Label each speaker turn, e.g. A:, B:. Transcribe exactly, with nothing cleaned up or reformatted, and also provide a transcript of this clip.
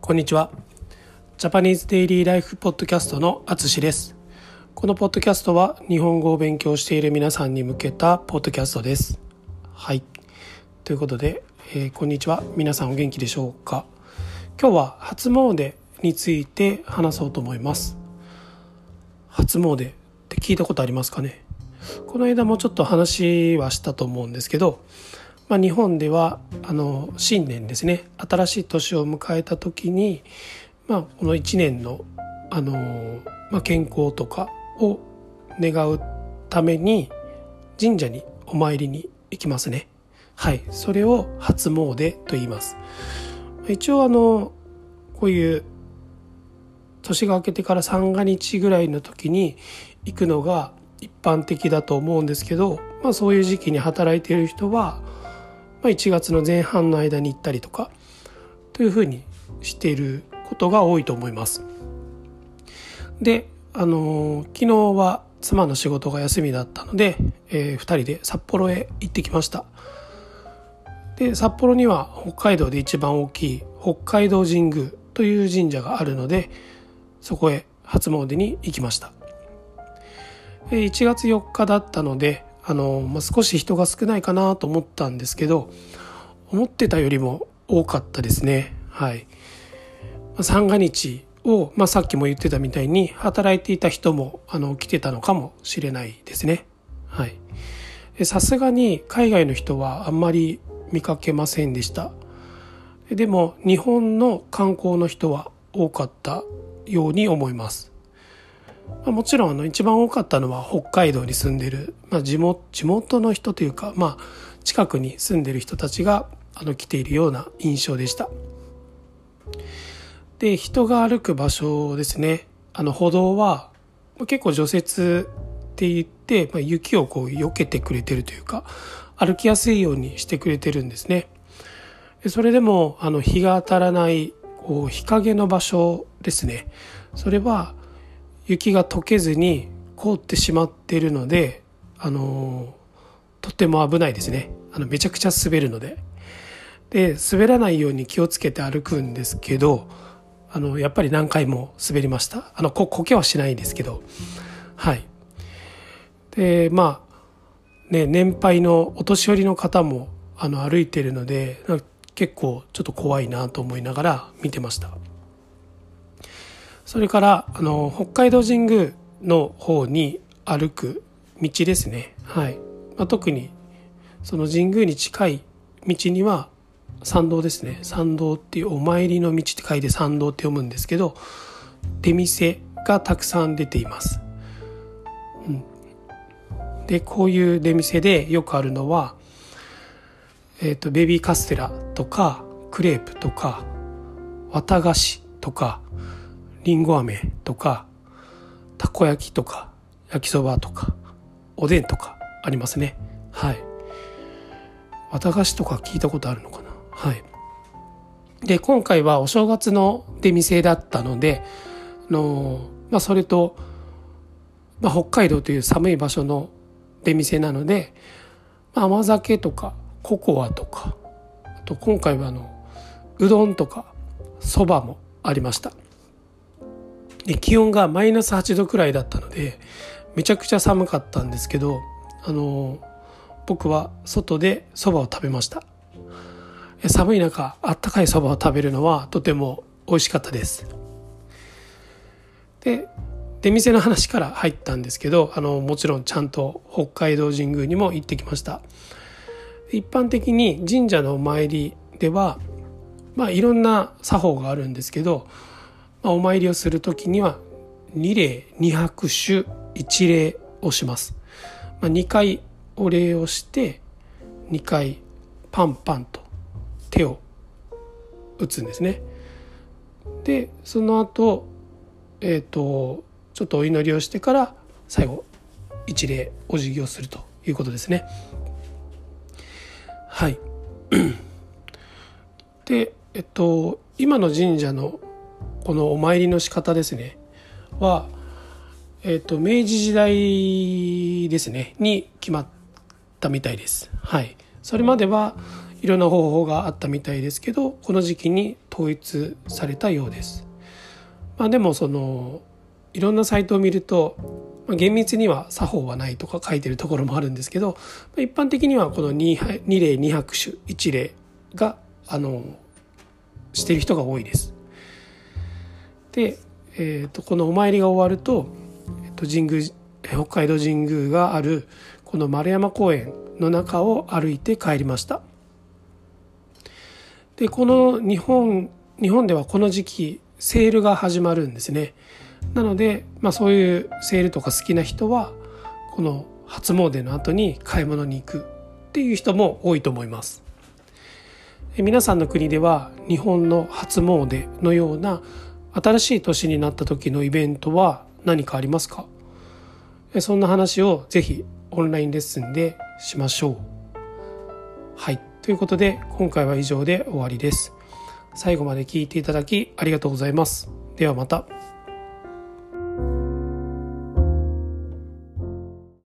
A: こんにちは。ジャパニーズデイリーライフポッドキャストのあつしです。このポッドキャストは日本語を勉強している皆さんに向けたポッドキャストです。はい。ということで、えー、こんにちは。皆さんお元気でしょうか。今日は初詣について話そうと思います。初詣って聞いたことありますかね。この間もちょっと話はしたと思うんですけど、まあ、日本ではあの新年ですね、新しい年を迎えた時に、まあ、このいちねんの、あの、まあ、健康とかを願うために神社にお参りに行きますね。はい、それを初詣と言います。一応あのこういう年が明けてから三が日ぐらいの時に行くのが一般的だと思うんですけど、まあ、そういう時期に働いている人は、まあ、いちがつの前半の間に行ったりとかというふうにしていることが多いと思います。で、あの昨日は妻の仕事が休みだったので、えー、ふたりで札幌へ行ってきました。で、札幌には北海道で一番大きい北海道神宮という神社があるので、そこへ初詣に行きました。いちがつよっかだったので、あの、まあ、少し人が少ないかなと思ったんですけど、思ってたよりも多かったですね。はい。三が日を、まあ、さっきも言ってたみたいに働いていた人もあの来てたのかもしれないですね。はい。さすがに海外の人はあんまり見かけませんでした。でも日本の観光の人は多かったように思います。もちろんあの一番多かったのは北海道に住んでる、まあ、地元、地元の人というか、まあ、近くに住んでる人たちがあの来ているような印象でした。で、人が歩く場所ですね、あの歩道は結構除雪って言って、まあ、雪をこう避けてくれてるというか、歩きやすいようにしてくれてるんですね。それでもあの日が当たらないこう日陰の場所ですね、それは雪が溶けずに凍ってしまっているので、あのとても危ないですね。あのめちゃくちゃ滑るので、で滑らないように気をつけて歩くんですけど、あのやっぱり何回も滑りました。あのここけはしないですけど、はい。で、まあね、年配のお年寄りの方もあの歩いているので、結構ちょっと怖いなと思いながら見てました。それからあの北海道神宮の方に歩く道ですね。はい。まあ、特にその神宮に近い道には参道ですね。参道っていうお参りの道って書いて参道って読むんですけど、出店がたくさん出ています。うん、で、こういう出店でよくあるのは、えっとベビーカステラとかクレープとか綿菓子とかりんご飴とかたこ焼きとか焼きそばとかおでんとかありますね。はい。綿菓子とか聞いたことあるのかな。はい。で、今回はお正月の出店だったので、あのまあ、それと、まあ、北海道という寒い場所の出店なので、まあ、甘酒とかココアとか、あと今回はあのうどんとかそばもありました。で、気温がマイナスはちどくらいだったのでめちゃくちゃ寒かったんですけど、あの僕は外でそばを食べました。寒い中あったかいそばを食べるのはとても美味しかったです。で、出店の話から入ったんですけど、あのもちろんちゃんと北海道神宮にも行ってきました。一般的に神社のお参りでは、まあ、いろんな作法があるんですけど、まあ、お参りをするときにはに礼に拍手いち礼をします。まあ、にかいお礼をしてにかいパンパンと手を打つんですね。で、その後、えーと、ちょっとお祈りをしてから最後一礼お辞儀をするということですね。はい。で、えっと今の神社のこのお参りの仕方ですねは、えっと明治時代ですねに決まったみたいです。はい。それまではいろんな方法があったみたいですけど、この時期に統一されたようです。まあ、でもそのいろんなサイトを見ると、まあ、厳密には作法はないとか書いてるところもあるんですけど、一般的にはこの 2, 2例に拍手いち例があのしている人が多いです。で、えー、とこのお参りが終わると、えー、と神宮北海道神宮があるこの丸山公園の中を歩いて帰りました。でこの日本日本ではこの時期セールが始まるんですね。なので、まあ、そういうセールとか好きな人はこの初詣の後に買い物に行くっていう人も多いと思います。皆さんの国では日本の初詣のような新しい年になった時のイベントは何かありますか？そんな話をぜひオンラインレッスンでしましょう。はい、ということで今回は以上で終わりです。最後まで聞いていただきありがとうございます。ではまた。